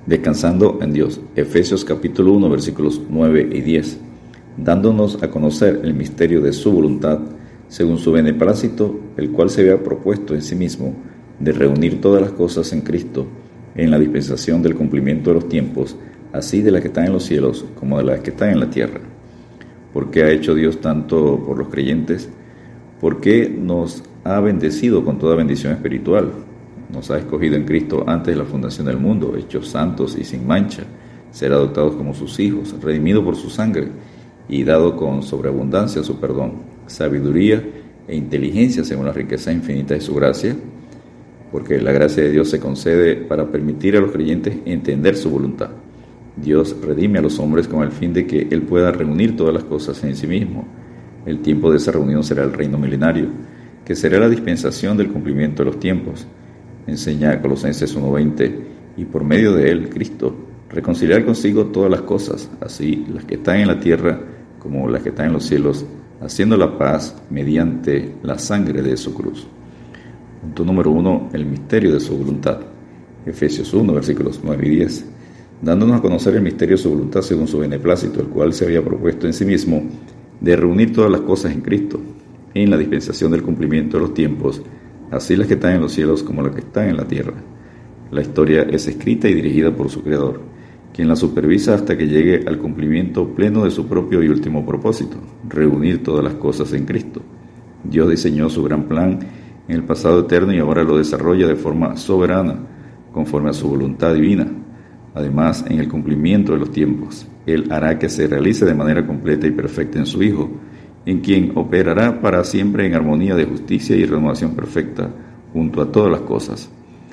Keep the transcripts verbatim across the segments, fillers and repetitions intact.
Descansando en Dios, Efesios capítulo uno, versículos nueve y diez, dándonos a conocer el misterio de su voluntad, según su beneplácito, el cual se había propuesto en sí mismo, de reunir todas las cosas en Cristo, en la dispensación del cumplimiento de los tiempos, así de las que están en los cielos como de las que están en la tierra. ¿Por qué ha hecho Dios tanto por los creyentes? Porque nos ha bendecido con toda bendición espiritual. Nos ha escogido en Cristo antes de la fundación del mundo, hechos santos y sin mancha, ser adoptados como sus hijos, redimidos por su sangre y dado con sobreabundancia su perdón, sabiduría e inteligencia según la riqueza infinita de su gracia, porque la gracia de Dios se concede para permitir a los creyentes entender su voluntad. Dios redime a los hombres con el fin de que Él pueda reunir todas las cosas en sí mismo. El tiempo de esa reunión será el reino milenario, que será la dispensación del cumplimiento de los tiempos. Enseña Colosenses uno veinte, y por medio de él, Cristo, reconciliar consigo todas las cosas, así las que están en la tierra como las que están en los cielos, haciendo la paz mediante la sangre de su cruz. Punto número uno, el misterio de su voluntad. Efesios uno, versículos nueve y diez, dándonos a conocer el misterio de su voluntad según su beneplácito, el cual se había propuesto en sí mismo de reunir todas las cosas en Cristo, en la dispensación del cumplimiento de los tiempos, así las que están en los cielos como las que están en la tierra. La historia es escrita y dirigida por su Creador, quien la supervisa hasta que llegue al cumplimiento pleno de su propio y último propósito, reunir todas las cosas en Cristo. Dios diseñó su gran plan en el pasado eterno y ahora lo desarrolla de forma soberana, conforme a su voluntad divina. Además, en el cumplimiento de los tiempos, Él hará que se realice de manera completa y perfecta en su Hijo, en quien operará para siempre en armonía de justicia y renovación perfecta junto a todas las cosas,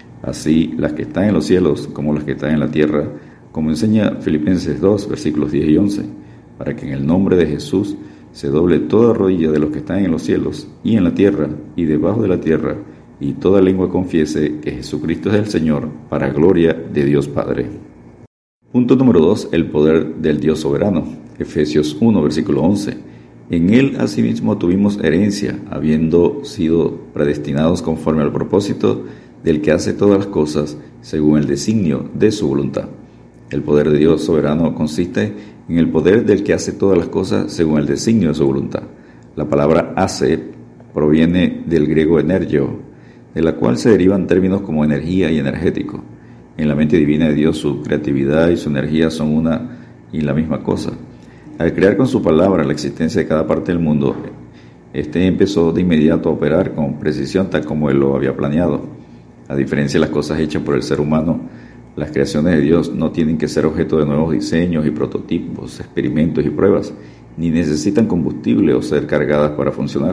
así las que están en los cielos como las que están en la tierra, como enseña Filipenses dos, versículos diez y once, para que en el nombre de Jesús se doble toda rodilla de los que están en los cielos y en la tierra y debajo de la tierra, y toda lengua confiese que Jesucristo es el Señor, para gloria de Dios Padre. Punto número dos, el poder del Dios soberano. Efesios uno, versículo once. En Él asimismo tuvimos herencia, habiendo sido predestinados conforme al propósito del que hace todas las cosas según el designio de su voluntad. El poder de Dios soberano consiste en el poder del que hace todas las cosas según el designio de su voluntad. La palabra hace proviene del griego energio, de la cual se derivan términos como energía y energético. En la mente divina de Dios, su creatividad y su energía son una y la misma cosa. Al crear con su palabra la existencia de cada parte del mundo, este empezó de inmediato a operar con precisión tal como Él lo había planeado. A diferencia de las cosas hechas por el ser humano, las creaciones de Dios no tienen que ser objeto de nuevos diseños y prototipos, experimentos y pruebas, ni necesitan combustible o ser cargadas para funcionar.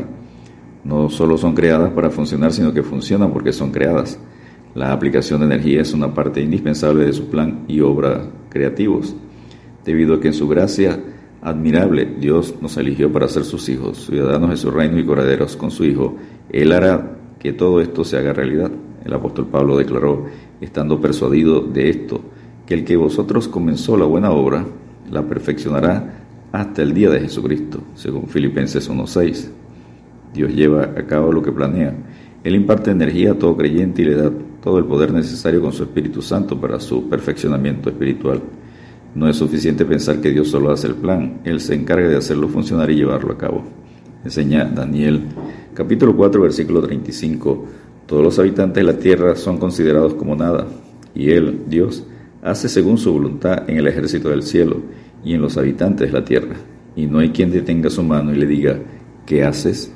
No solo son creadas para funcionar, sino que funcionan porque son creadas. La aplicación de energía es una parte indispensable de su plan y obra creativos, debido a que en su gracia admirable, Dios nos eligió para ser sus hijos, ciudadanos de su reino y coherederos con su Hijo. Él hará que todo esto se haga realidad. El apóstol Pablo declaró, estando persuadido de esto, que el que vosotros comenzó la buena obra, la perfeccionará hasta el día de Jesucristo, según Filipenses uno seis. Dios lleva a cabo lo que planea. Él imparte energía a todo creyente y le da todo el poder necesario con su Espíritu Santo para su perfeccionamiento espiritual. No es suficiente pensar que Dios solo hace el plan, Él se encarga de hacerlo funcionar y llevarlo a cabo. Enseña Daniel, capítulo cuatro, versículo treinta y cinco, todos los habitantes de la tierra son considerados como nada, y Él, Dios, hace según su voluntad en el ejército del cielo y en los habitantes de la tierra, y no hay quien detenga su mano y le diga, ¿qué haces?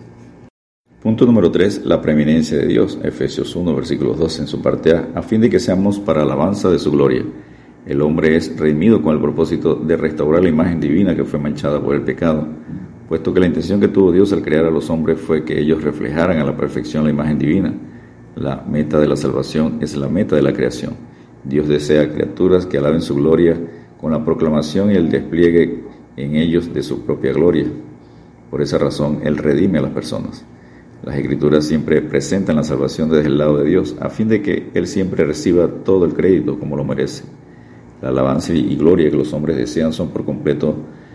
Punto número tres, la preeminencia de Dios, Efesios uno, versículos doce en su parte A, a fin de que seamos para alabanza de su gloria. El hombre es redimido con el propósito de restaurar la imagen divina que fue manchada por el pecado, puesto que la intención que tuvo Dios al crear a los hombres fue que ellos reflejaran a la perfección la imagen divina. La meta de la salvación es la meta de la creación. Dios desea criaturas que alaben su gloria con la proclamación y el despliegue en ellos de su propia gloria. Por esa razón, Él redime a las personas. Las Escrituras siempre presentan la salvación desde el lado de Dios, a fin de que Él siempre reciba todo el crédito como lo merece. La alabanza y gloria que los hombres desean son por completo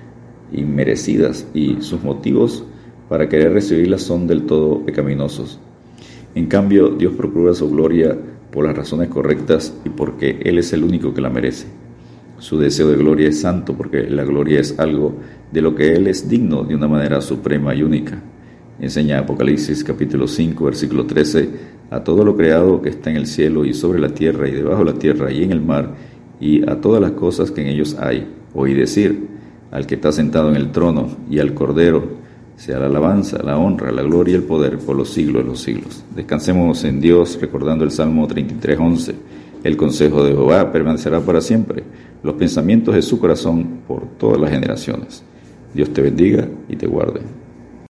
inmerecidas y sus motivos para querer recibirlas son del todo pecaminosos. En cambio, Dios procura su gloria por las razones correctas y porque Él es el único que la merece. Su deseo de gloria es santo porque la gloria es algo de lo que Él es digno de una manera suprema y única. Enseña Apocalipsis capítulo cinco, versículo trece, a todo lo creado que está en el cielo y sobre la tierra y debajo de la tierra y en el mar, y a todas las cosas que en ellos hay. Oí decir, al que está sentado en el trono y al Cordero, sea la alabanza, la honra, la gloria y el poder por los siglos de los siglos. Descansemos en Dios recordando el Salmo treinta y tres, once. El consejo de Jehová permanecerá para siempre, los pensamientos de su corazón por todas las generaciones. Dios te bendiga y te guarde.